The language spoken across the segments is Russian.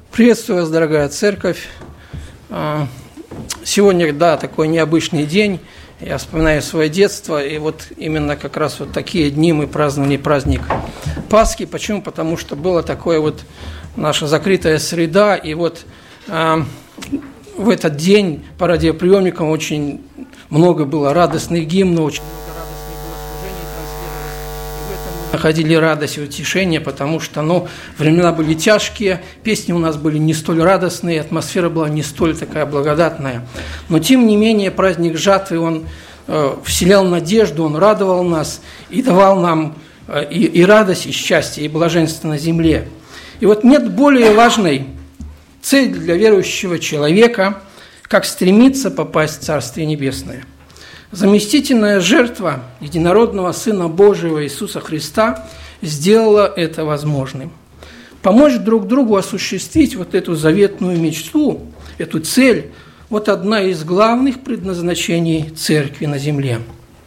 Приветствую вас, дорогая церковь. Сегодня, такой необычный день. Я вспоминаю свое детство, и вот именно как раз вот такие дни мы праздновали праздник Пасхи. Почему? Потому что была такая вот наша закрытая среда, и вот в этот день по радиоприемникам очень много было радостных гимнов, очень много радостных было служений транслировалось, и в этом мы находили радость и утешение, потому что, времена были тяжкие, песни у нас были не столь радостные, атмосфера была не столь такая благодатная. Но, тем не менее, праздник жатвы, он вселял надежду, он радовал нас и давал нам и радость, и счастье, и блаженство на земле. И вот нет более важной цели для верующего человека, как стремиться попасть в Царствие Небесное. Заместительная жертва единородного Сына Божьего Иисуса Христа сделала это возможным. Помочь друг другу осуществить вот эту заветную мечту, эту цель, вот одна из главных предназначений Церкви на земле.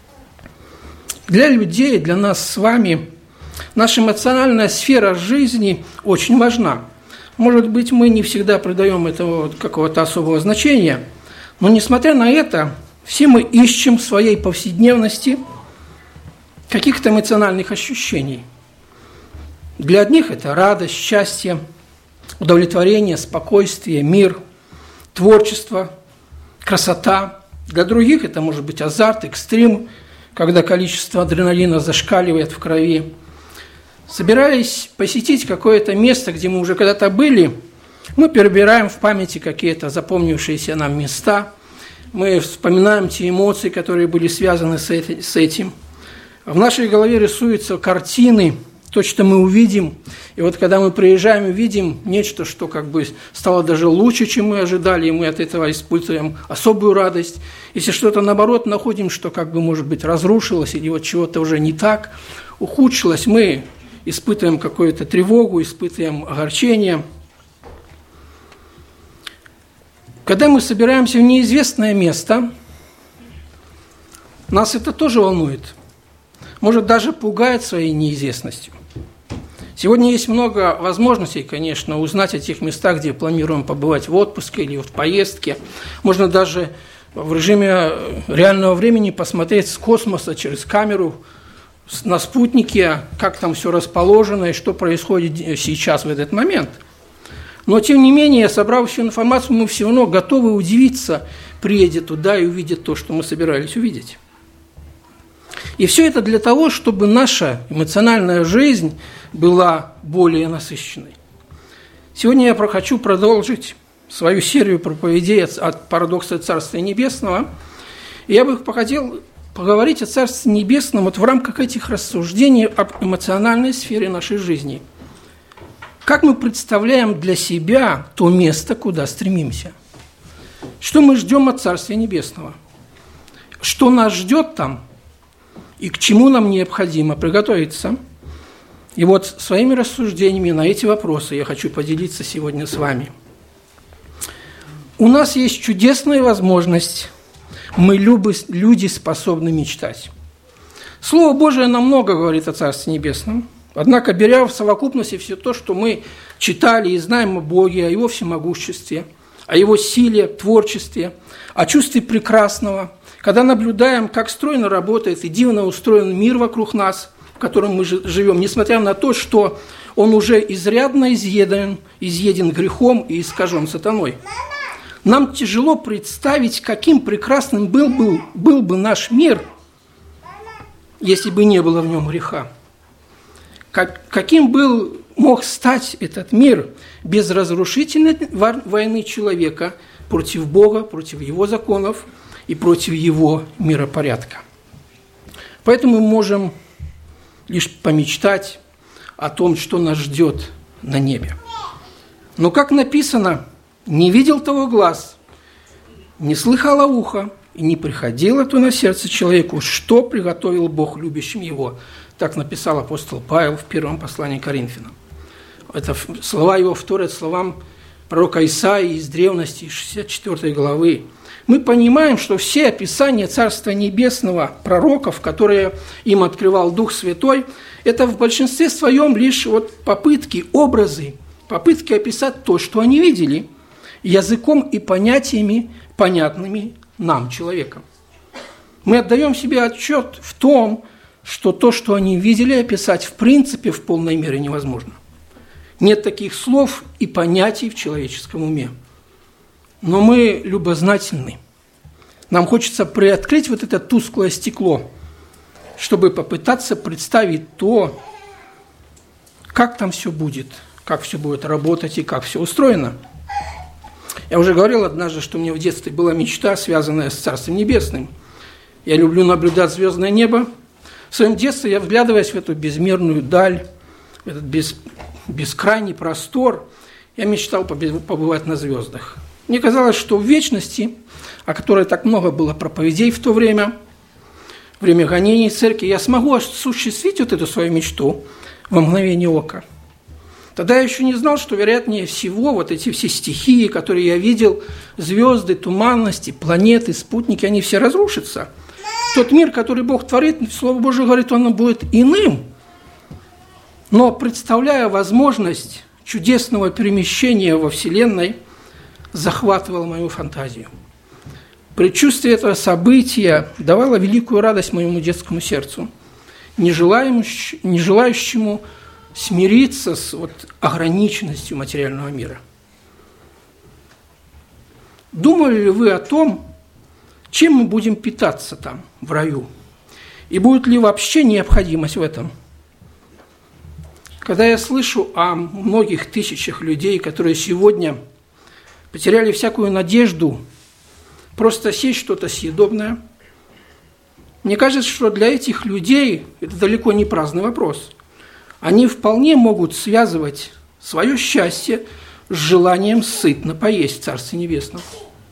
Для людей, для нас с вами, наша эмоциональная сфера жизни очень важна. Может быть, мы не всегда придаем этого какого-то особого значения, но, несмотря на это, все мы ищем в своей повседневности каких-то эмоциональных ощущений. Для одних это радость, счастье, удовлетворение, спокойствие, мир, творчество, красота. Для других это может быть азарт, экстрим, когда количество адреналина зашкаливает в крови. Собираясь посетить какое-то место, где мы уже когда-то были, мы перебираем в памяти какие-то запомнившиеся нам места, мы вспоминаем те эмоции, которые были связаны с этим. В нашей голове рисуются картины, то, что мы увидим. И вот когда мы приезжаем и видим нечто, что как бы стало даже лучше, чем мы ожидали, и мы от этого испытываем особую радость. Если что-то, наоборот, находим, что как бы, может быть, разрушилось, или вот чего-то уже не так, ухудшилось, мы испытываем какую-то тревогу, испытываем огорчение. Когда мы собираемся в неизвестное место, нас это тоже волнует, может, даже пугает своей неизвестностью. Сегодня есть много возможностей, конечно, узнать о тех местах, где планируем побывать в отпуске или в поездке. Можно даже в режиме реального времени посмотреть с космоса через камеру на спутнике, как там все расположено и что происходит сейчас в этот момент. Но, тем не менее, собрав всю информацию, мы все равно готовы удивиться, приедя туда и увидеть то, что мы собирались увидеть. И все это для того, чтобы наша эмоциональная жизнь была более насыщенной. Сегодня я хочу продолжить свою серию проповедей от парадокса Царствия Небесного. И я бы хотел поговорить о Царстве Небесном вот в рамках этих рассуждений об эмоциональной сфере нашей жизни. Как мы представляем для себя то место, куда стремимся? Что мы ждем от Царствия Небесного? Что нас ждет там? И к чему нам необходимо приготовиться? И вот своими рассуждениями на эти вопросы я хочу поделиться сегодня с вами. У нас есть чудесная возможность. Мы, люди, способны мечтать. Слово Божие нам много говорит о Царстве Небесном. Однако, беря в совокупности все то, что мы читали и знаем о Боге, о Его всемогуществе, о Его силе, творчестве, о чувстве прекрасного, когда наблюдаем, как стройно работает и дивно устроен мир вокруг нас, в котором мы живем, несмотря на то, что он уже изрядно изъеден грехом и искажен сатаной, нам тяжело представить, каким прекрасным был бы наш мир, если бы не было в нем греха. Каким мог стать этот мир без разрушительной войны человека против Бога, против Его законов и против Его миропорядка. Поэтому мы можем лишь помечтать о том, что нас ждет на небе. Но, как написано, не видел того глаз, не слыхало ухо, и не приходило то на сердце человеку, что приготовил Бог любящим его. Так написал апостол Павел в первом послании к Коринфянам. Это слова его вторят словам пророка Исаии из древности, 64 главы. Мы понимаем, что все описания Царства Небесного пророков, которые им открывал Дух Святой, это в большинстве своем лишь попытки, образы попытки описать то, что они видели, языком и понятиями, понятными нам, человеком. Мы отдаем себе отчет в том, что то, что они видели, описать в принципе в полной мере невозможно. Нет таких слов и понятий в человеческом уме. Но мы любознательны. Нам хочется приоткрыть вот это тусклое стекло, чтобы попытаться представить то, как там все будет, как все будет работать и как все устроено. Я уже говорил однажды, что у меня в детстве была мечта, связанная с Царством Небесным. Я люблю наблюдать звездное небо. В своем детстве я, вглядываясь в эту безмерную даль, в этот бескрайний простор, я мечтал побывать на звездах. Мне казалось, что в вечности, о которой так много было проповедей в то время гонений церкви, я смогу осуществить вот эту свою мечту во мгновение ока. Тогда я еще не знал, что, вероятнее всего, вот эти все стихии, которые я видел, звезды, туманности, планеты, спутники, они все разрушатся. Тот мир, который Бог творит, Слово Божие говорит, он будет иным. Но представляя возможность чудесного перемещения во Вселенной, захватывал мою фантазию. Предчувствие этого события давало великую радость моему детскому сердцу, не желающему смириться с ограниченностью материального мира. Думали ли вы о том, чем мы будем питаться там, в раю? И будет ли вообще необходимость в этом? Когда я слышу о многих тысячах людей, которые сегодня потеряли всякую надежду просто съесть что-то съедобное, мне кажется, что для этих людей это далеко не праздный вопрос. Они вполне могут связывать свое счастье с желанием сытно поесть в Царстве Небесном.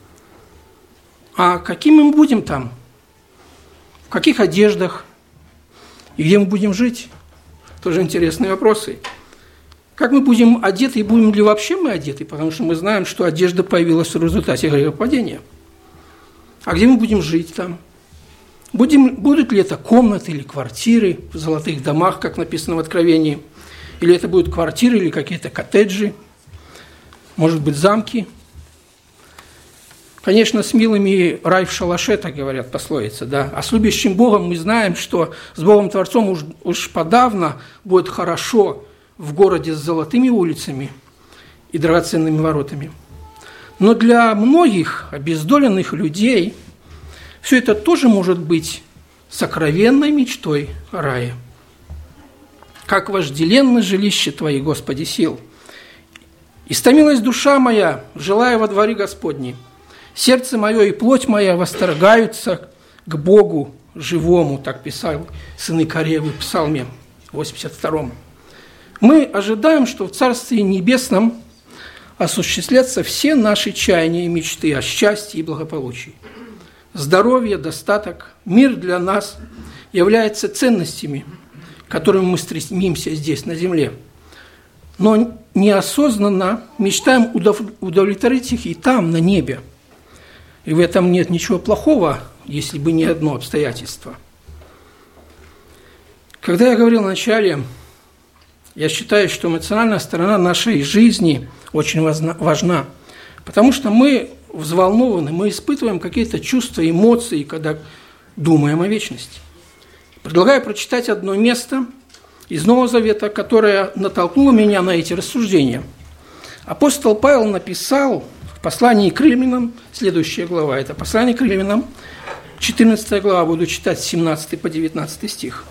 А каким мы будем там? В каких одеждах? И где мы будем жить? Тоже интересные вопросы. Как мы будем одеты и будем ли вообще мы одеты? Потому что мы знаем, что одежда появилась в результате грехопадения. А где мы будем жить там? Будут ли это комнаты или квартиры в золотых домах, как написано в Откровении? Или это будут квартиры или какие-то коттеджи? Может быть, замки? Конечно, с милыми рай в шалаше, так говорят пословица, да. А с любящим Богом мы знаем, что с Богом Творцом уж подавно будет хорошо в городе с золотыми улицами и драгоценными воротами. Но для многих обездоленных людей все это тоже может быть сокровенной мечтой рая. Как вожделенно жилище Твои, Господи, сил! Истомилась душа моя, желая во дворе Господней. Сердце мое и плоть моя восторгаются к Богу живому, так писал сыны Коревы в Псалме 82. Мы ожидаем, что в Царстве Небесном осуществлятся все наши чаяния и мечты о счастье и благополучии. Здоровье, достаток, мир для нас являются ценностями, к которым мы стремимся здесь, на земле. Но неосознанно мечтаем удовлетворить их и там, на небе. И в этом нет ничего плохого, если бы не одно обстоятельство. Когда я говорил вначале, я считаю, что эмоциональная сторона нашей жизни очень важна, потому что мы взволнованы, мы испытываем какие-то чувства, эмоции, когда думаем о вечности. Предлагаю прочитать одно место из Нового Завета, которое натолкнуло меня на эти рассуждения. Апостол Павел написал в послании к Римлянам, следующая глава, это послание к Римлянам, 14 глава, буду читать с 17 по 19 стих.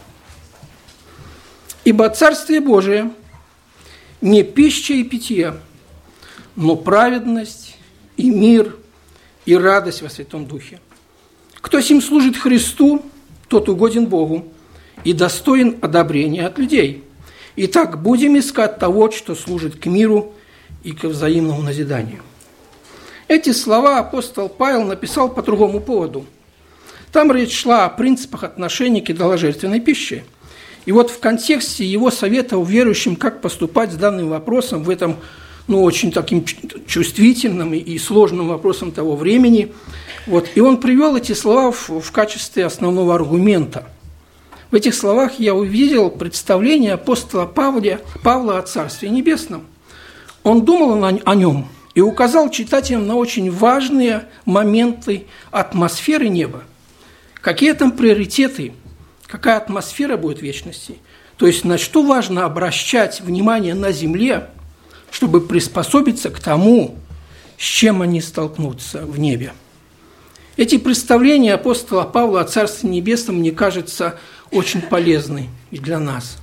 «Ибо Царствие Божие не пища и питье, но праведность и мир и радость во Святом Духе. Кто сим служит Христу, тот угоден Богу и достоин одобрения от людей. Итак, будем искать того, что служит к миру и к взаимному назиданию». Эти слова апостол Павел написал по другому поводу. Там речь шла о принципах отношения к идоложертвенной пище. И вот в контексте его совета верующим, как поступать с данным вопросом, в этом очень таким чувствительным и сложным вопросом того времени, и он привел эти слова в качестве основного аргумента. В этих словах я увидел представление апостола Павла о Царстве Небесном. Он думал о нем и указал читателям на очень важные моменты атмосферы неба. Какие там приоритеты, какая атмосфера будет в вечности. То есть на что важно обращать внимание на земле, чтобы приспособиться к тому, с чем они столкнутся в небе. Эти представления апостола Павла о Царстве Небесном, мне кажется, очень полезны и для нас.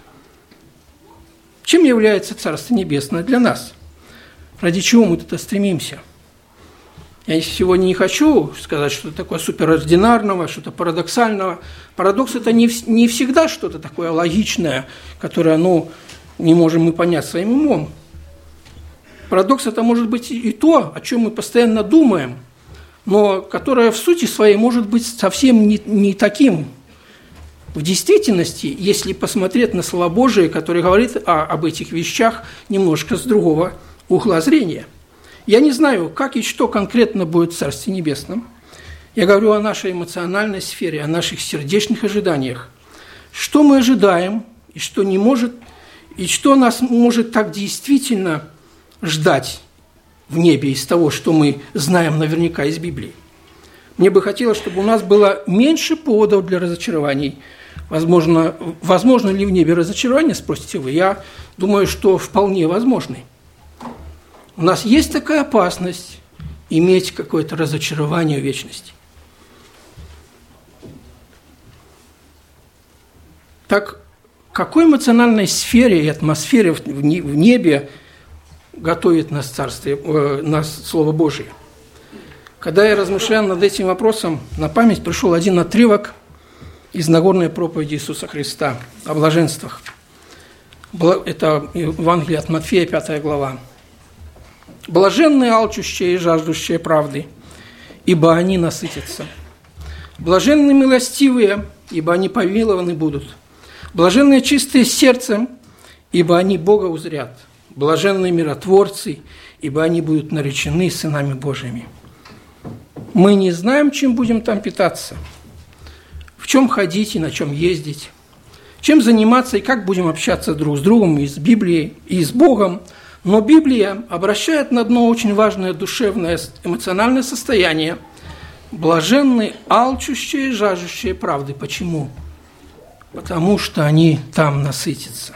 Чем является Царство Небесное для нас? Ради чего мы туда стремимся? Я сегодня не хочу сказать что-то такое суперординарного, что-то парадоксального. Парадокс – это не всегда что-то такое логичное, которое не можем мы понять своим умом. Парадокс – это может быть и то, о чем мы постоянно думаем, но которое в сути своей может быть совсем не таким. В действительности, если посмотреть на Слово Божие, которое говорит об этих вещах немножко с другого угла зрения. Я не знаю, как и что конкретно будет в Царстве Небесном. Я говорю о нашей эмоциональной сфере, о наших сердечных ожиданиях. Что мы ожидаем, и что не может, и что нас может так действительно ждать в небе из того, что мы знаем наверняка из Библии. Мне бы хотелось, чтобы у нас было меньше поводов для разочарований. Возможно ли в небе разочарование, спросите вы? Я думаю, что вполне возможно. У нас есть такая опасность иметь какое-то разочарование в вечности. Так, к какой эмоциональной сфере и атмосфере в небе готовит нас Слово Божие? Когда я размышлял над этим вопросом, на память пришел один отрывок из Нагорной проповеди Иисуса Христа о блаженствах. Это Евангелие от Матфея, 5 глава. «Блаженные алчущие и жаждущие правды, ибо они насытятся. Блаженные милостивые, ибо они помилованы будут. Блаженные чистые сердцем, ибо они Бога узрят. Блаженные миротворцы, ибо они будут наречены сынами Божьими». Мы не знаем, чем будем там питаться, в чем ходить и на чем ездить, чем заниматься и как будем общаться друг с другом и с Библией, и с Богом. Но Библия обращает на дно очень важное душевное, эмоциональное состояние. Блаженны алчущие и жаждущие правды. Почему? Потому что они там насытятся.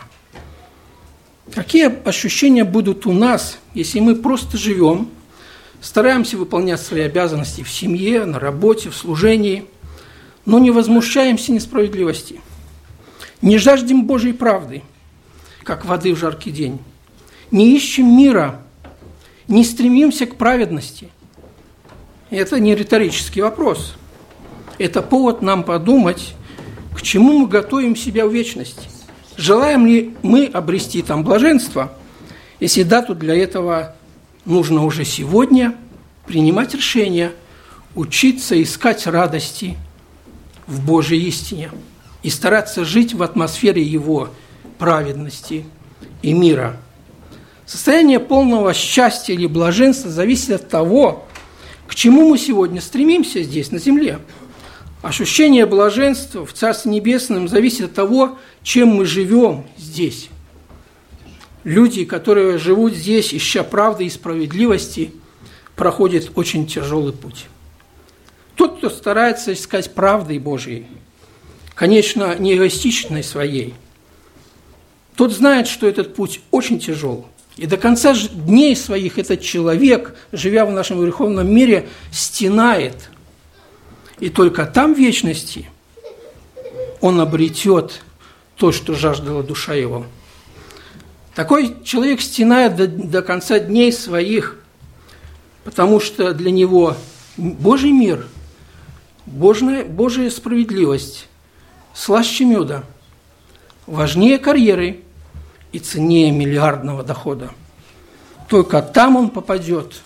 Какие ощущения будут у нас, если мы просто живем, стараемся выполнять свои обязанности в семье, на работе, в служении, но не возмущаемся несправедливости, не жаждем Божьей правды, как воды в жаркий день, не ищем мира, не стремимся к праведности. Это не риторический вопрос. Это повод нам подумать, к чему мы готовим себя в вечности. Желаем ли мы обрести там блаженство, если дату для этого нужно уже сегодня принимать решение, учиться искать радости в Божьей истине и стараться жить в атмосфере Его праведности и мира. Состояние полного счастья или блаженства зависит от того, к чему мы сегодня стремимся здесь, на земле. Ощущение блаженства в Царстве Небесном зависит от того, чем мы живем здесь. Люди, которые живут здесь, ища правды и справедливости, проходят очень тяжелый путь. Тот, кто старается искать правды Божьей, конечно, не эгоистичной своей, тот знает, что этот путь очень тяжел. И до конца дней своих этот человек, живя в нашем греховном мире, стенает. И только там, в вечности, он обретет то, что жаждала душа его. Такой человек стенает до конца дней своих, потому что для него Божий мир, Божья справедливость слаще меда, важнее карьеры и ценнее миллиардного дохода. Только там он попадет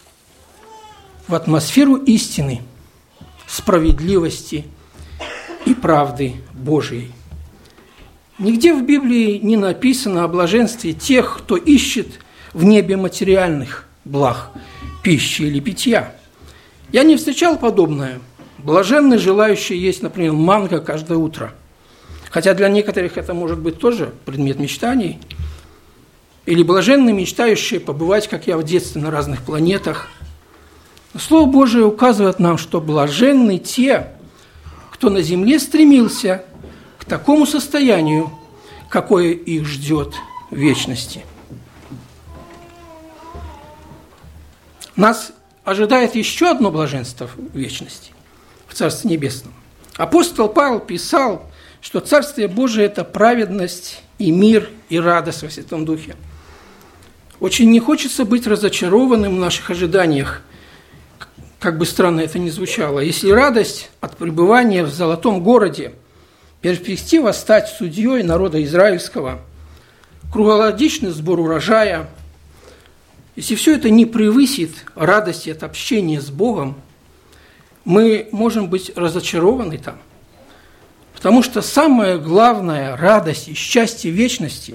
в атмосферу истины, справедливости и правды Божьей. Нигде в Библии не написано о блаженстве тех, кто ищет в небе материальных благ, пищи или питья. Я не встречал подобное. Блаженны желающие есть, например, манго каждое утро. Хотя для некоторых это может быть тоже предмет мечтаний. Или блаженны мечтающие побывать, как я в детстве, на разных планетах. Но Слово Божие указывает нам, что блаженны те, кто на земле стремился к такому состоянию, какое их ждет в вечности. Нас ожидает еще одно блаженство в вечности, в Царстве Небесном. Апостол Павел писал, что Царствие Божие – это праведность и мир, и радость во Святом Духе. Очень не хочется быть разочарованным в наших ожиданиях, как бы странно это ни звучало. Если радость от пребывания в золотом городе, перспектива стать судьей народа израильского, круглогодичный сбор урожая, если все это не превысит радости от общения с Богом, мы можем быть разочарованы там. Потому что самая главная радость и счастье вечности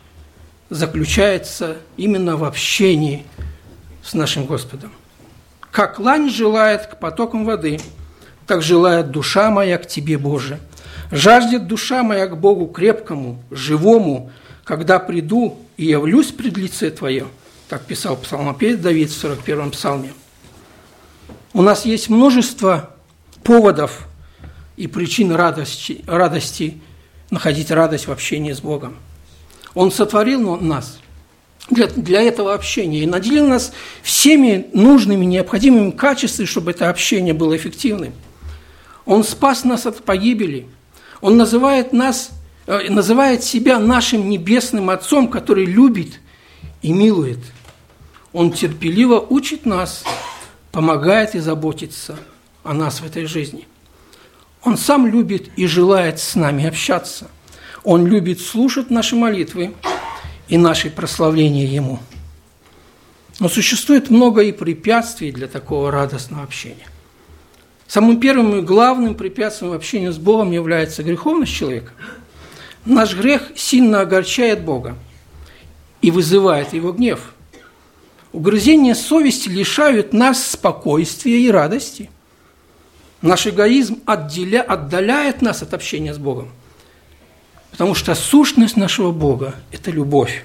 заключается именно в общении с нашим Господом. Как лань желает к потокам воды, так желает душа моя к Тебе, Боже. Жаждет душа моя к Богу крепкому, живому, когда приду и явлюсь пред лице Твое. Так писал псалмопевец Давид в 41-м псалме. У нас есть множество поводов и причин радости находить радость в общении с Богом. Он сотворил нас для этого общения и наделил нас всеми нужными, необходимыми качествами, чтобы это общение было эффективным. Он спас нас от погибели. Он называет себя нашим небесным Отцом, который любит и милует. Он терпеливо учит нас, помогает и заботится о нас в этой жизни. Он сам любит и желает с нами общаться. Он любит слушать наши молитвы и наши прославления Ему. Но существует много и препятствий для такого радостного общения. Самым первым и главным препятствием общения с Богом является греховность человека. Наш грех сильно огорчает Бога и вызывает Его гнев. Угрызения совести лишают нас спокойствия и радости. Наш эгоизм отдаляет нас от общения с Богом, потому что сущность нашего Бога – это любовь.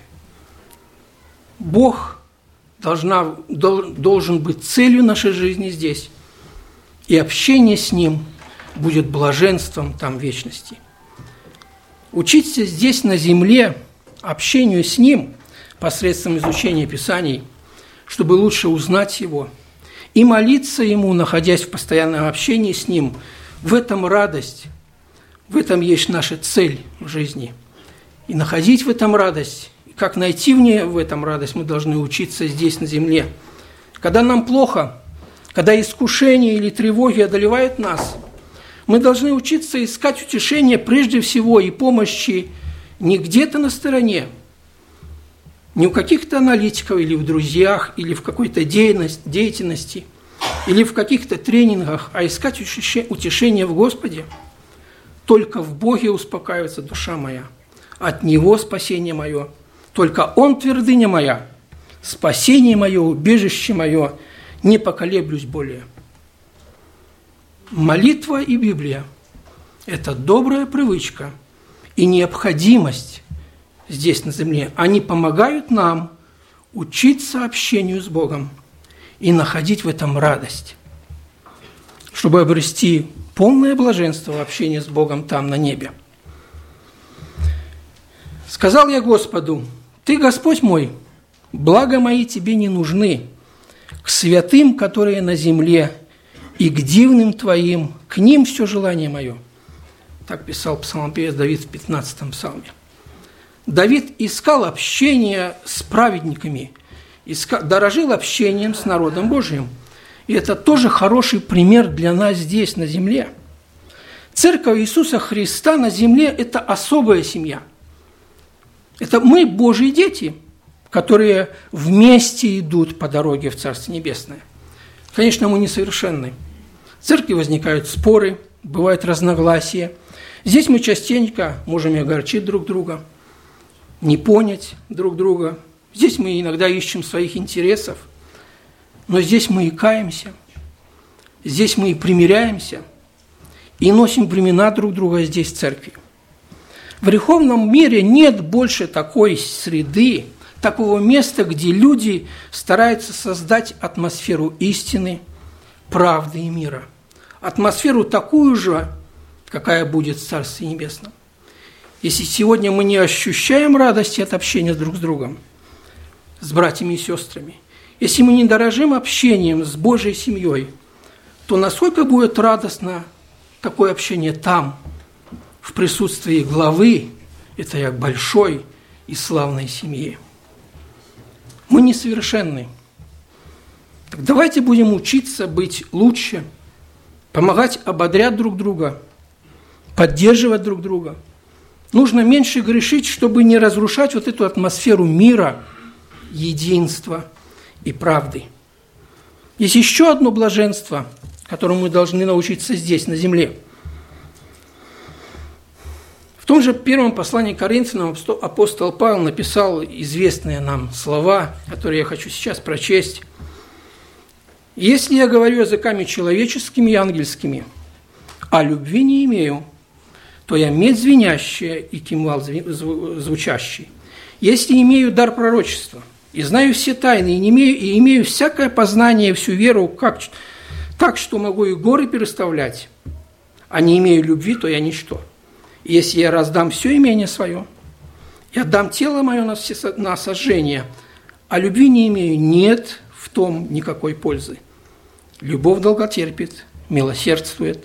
Бог должен быть целью нашей жизни здесь, и общение с Ним будет блаженством там вечности. Учиться здесь, на земле, общению с Ним посредством изучения Писаний, чтобы лучше узнать Его, и молиться Ему, находясь в постоянном общении с Ним, в этом радость, в этом есть наша цель в жизни. И находить в этом радость, и как найти в этом радость, мы должны учиться здесь, на земле. Когда нам плохо, когда искушения или тревоги одолевают нас, мы должны учиться искать утешение прежде всего и помощи не где-то на стороне, не у каких-то аналитиков или в друзьях, или в какой-то деятельности, или в каких-то тренингах, а искать утешение в Господе. Только в Боге успокаивается душа моя, от Него спасение мое. Только Он твердыня моя, спасение мое, убежище мое, не поколеблюсь более. Молитва и Библия – это добрая привычка и необходимость здесь, на земле. Они помогают нам учиться общению с Богом и находить в этом радость, чтобы обрести полное блаженство в общении с Богом там, на небе. «Сказал я Господу: Ты, Господь мой, блага мои Тебе не нужны, к святым, которые на земле, и к дивным Твоим, к ним все желание мое». Так писал псалмопевец Давид в 15-м псалме. Давид искал общение с праведниками, дорожил общением с народом Божиим. И это тоже хороший пример для нас здесь, на земле. Церковь Иисуса Христа на земле – это особая семья. Это мы, Божьи дети, которые вместе идут по дороге в Царствие Небесное. Конечно, мы несовершенны. В церкви возникают споры, бывают разногласия. Здесь мы частенько можем и огорчить друг друга, не понять друг друга. Здесь мы иногда ищем своих интересов, но здесь мы и каемся, здесь мы и примиряемся, и носим бремена друг друга здесь, в церкви. В греховном мире нет больше такой среды, такого места, где люди стараются создать атмосферу истины, правды и мира. Атмосферу такую же, какая будет в Царстве Небесном. Если сегодня мы не ощущаем радости от общения друг с другом, с братьями и сестрами, если мы не дорожим общением с Божьей семьей, то насколько будет радостно такое общение там, в присутствии главы этой большой и славной семьи. Мы несовершенны. Так давайте будем учиться быть лучше, помогать, ободрять друг друга, поддерживать друг друга. Нужно меньше грешить, чтобы не разрушать вот эту атмосферу мира, единства и правды. Есть еще одно блаженство, которому мы должны научиться здесь, на земле. В том же первом послании к Коринфянам апостол Павел написал известные нам слова, которые я хочу сейчас прочесть. «Если я говорю языками человеческими и ангельскими, а любви не имею, то я медь звенящая и кимвал звучащий. Если имею дар пророчества, и знаю все тайны, и имею всякое познание и всю веру, так, что могу и горы переставлять, а не имею любви, то я ничто. И если я раздам все имение свое, и отдам тело мое на сожжение, а любви не имею, нет в том никакой пользы. Любовь долготерпит, милосердствует.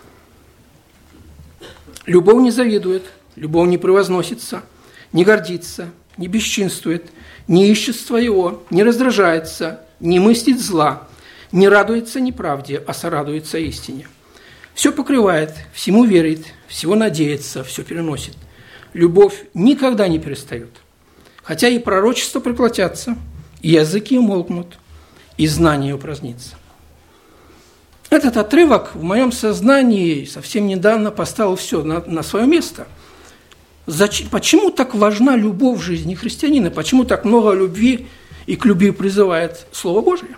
Любовь не завидует, любовь не превозносится, не гордится, не бесчинствует, не ищет своего, не раздражается, не мыслит зла, не радуется неправде, а сорадуется истине. Все покрывает, всему верит, всего надеется, все переносит. Любовь никогда не перестает. Хотя и пророчества прекратятся, и языки умолкнут, и знание упразднится. Этот отрывок в моем сознании совсем недавно поставил все на свое место. Почему так важна любовь в жизни христианина? Почему так много любви и к любви призывает Слово Божие?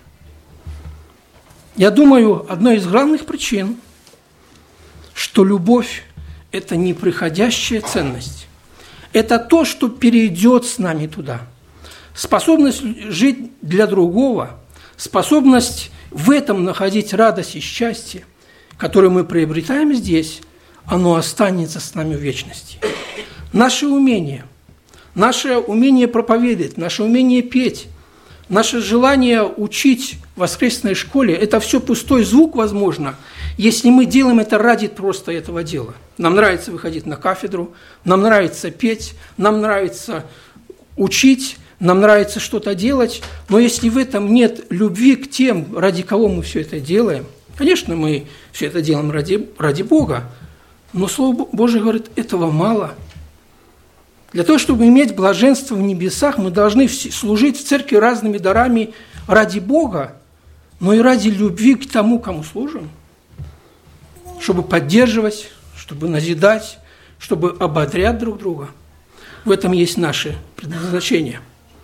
Я думаю, одной из главных причин, что любовь – это неприходящая ценность. Это то, что перейдет с нами туда. Способность жить для другого, способность в этом находить радость и счастье, которое мы приобретаем здесь, оно останется с нами в вечности. Наше умение проповедовать, наше умение петь, наше желание учить в воскресной школе – это все пустой звук, возможно, если мы делаем это ради просто этого дела. Нам нравится выходить на кафедру, нам нравится петь, нам нравится учить, нам нравится что-то делать, но если в этом нет любви к тем, ради кого мы все это делаем, конечно, мы все это делаем ради Бога, но Слово Божие говорит, этого мало. Для того, чтобы иметь блаженство в небесах, мы должны служить в церкви разными дарами ради Бога, но и ради любви к тому, кому служим, чтобы поддерживать, чтобы назидать, чтобы ободрять друг друга. В этом есть наше предназначение.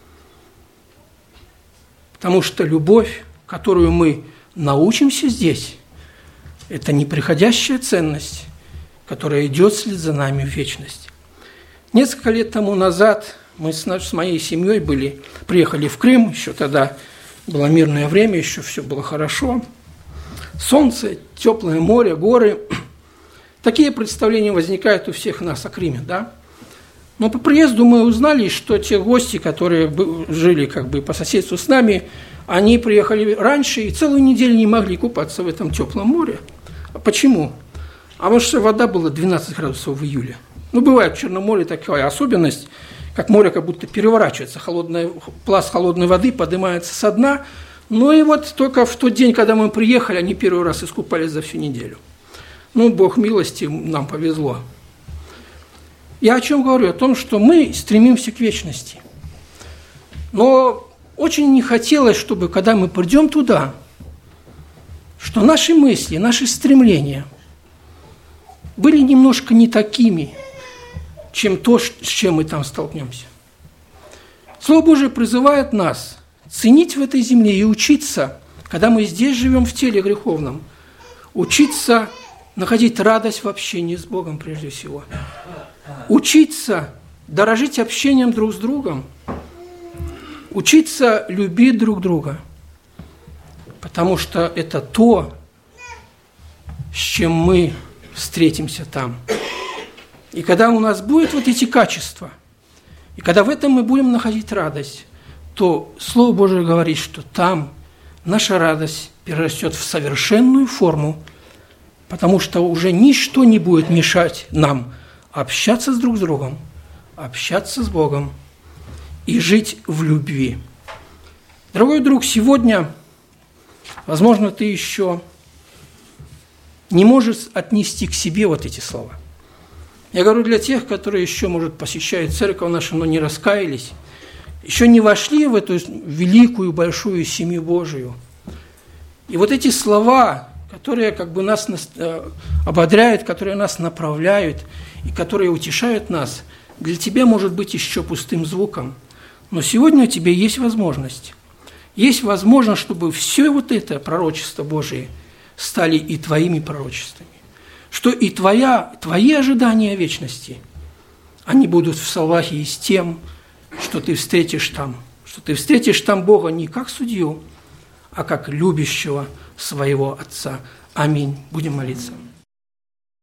Потому что любовь, которую мы научимся здесь, это неприходящая ценность, которая идет вслед за нами в вечность. Несколько лет тому назад мы с моей семьей приехали в Крым, еще тогда было мирное время, еще все было хорошо. Солнце, теплое море, горы. Такие представления возникают у всех нас о Крыме, да? Но по приезду мы узнали, что те гости, которые жили по соседству с нами, они приехали раньше и целую неделю не могли купаться в этом теплом море. А почему? А потому что вода была 12 градусов в июле. Бывает в Черном море такая особенность, как море как будто переворачивается, пласт холодной воды поднимается со дна. И вот только в тот день, когда мы приехали, они первый раз искупались за всю неделю. Бог милости, нам повезло. Я о чем говорю? О том, что мы стремимся к вечности. Но очень не хотелось, чтобы, когда мы придем туда, что наши мысли, наши стремления были немножко не такими, чем то, с чем мы там столкнемся. Слово Божие призывает нас ценить в этой земле и учиться, когда мы здесь живем в теле греховном, учиться находить радость в общении с Богом прежде всего. Учиться дорожить общением друг с другом учиться любить друг друга, потому что это то, с чем мы встретимся там. И когда у нас будут вот эти качества, и когда в этом мы будем находить радость, то Слово Божие говорит, что там наша радость перерастет в совершенную форму, потому что уже ничто не будет мешать нам общаться с друг с другом, общаться с Богом и жить в любви. Дорогой друг, сегодня, возможно, ты еще не можешь отнести к себе вот эти слова. Я говорю для тех, которые еще, может, посещают церковь нашу, но не раскаялись, еще не вошли в эту великую, большую семью Божию. И вот эти слова, которые как бы нас ободряют, которые нас направляют и которые утешают нас, для тебя может быть еще пустым звуком. Но сегодня у тебя есть возможность. Есть возможность, чтобы все вот это пророчество Божие стали и твоими пророчествами. Что и твои ожидания вечности, они будут в согласии с тем, что ты встретишь там. Что ты встретишь там Бога не как судью, а как любящего своего Отца. Аминь. Будем молиться.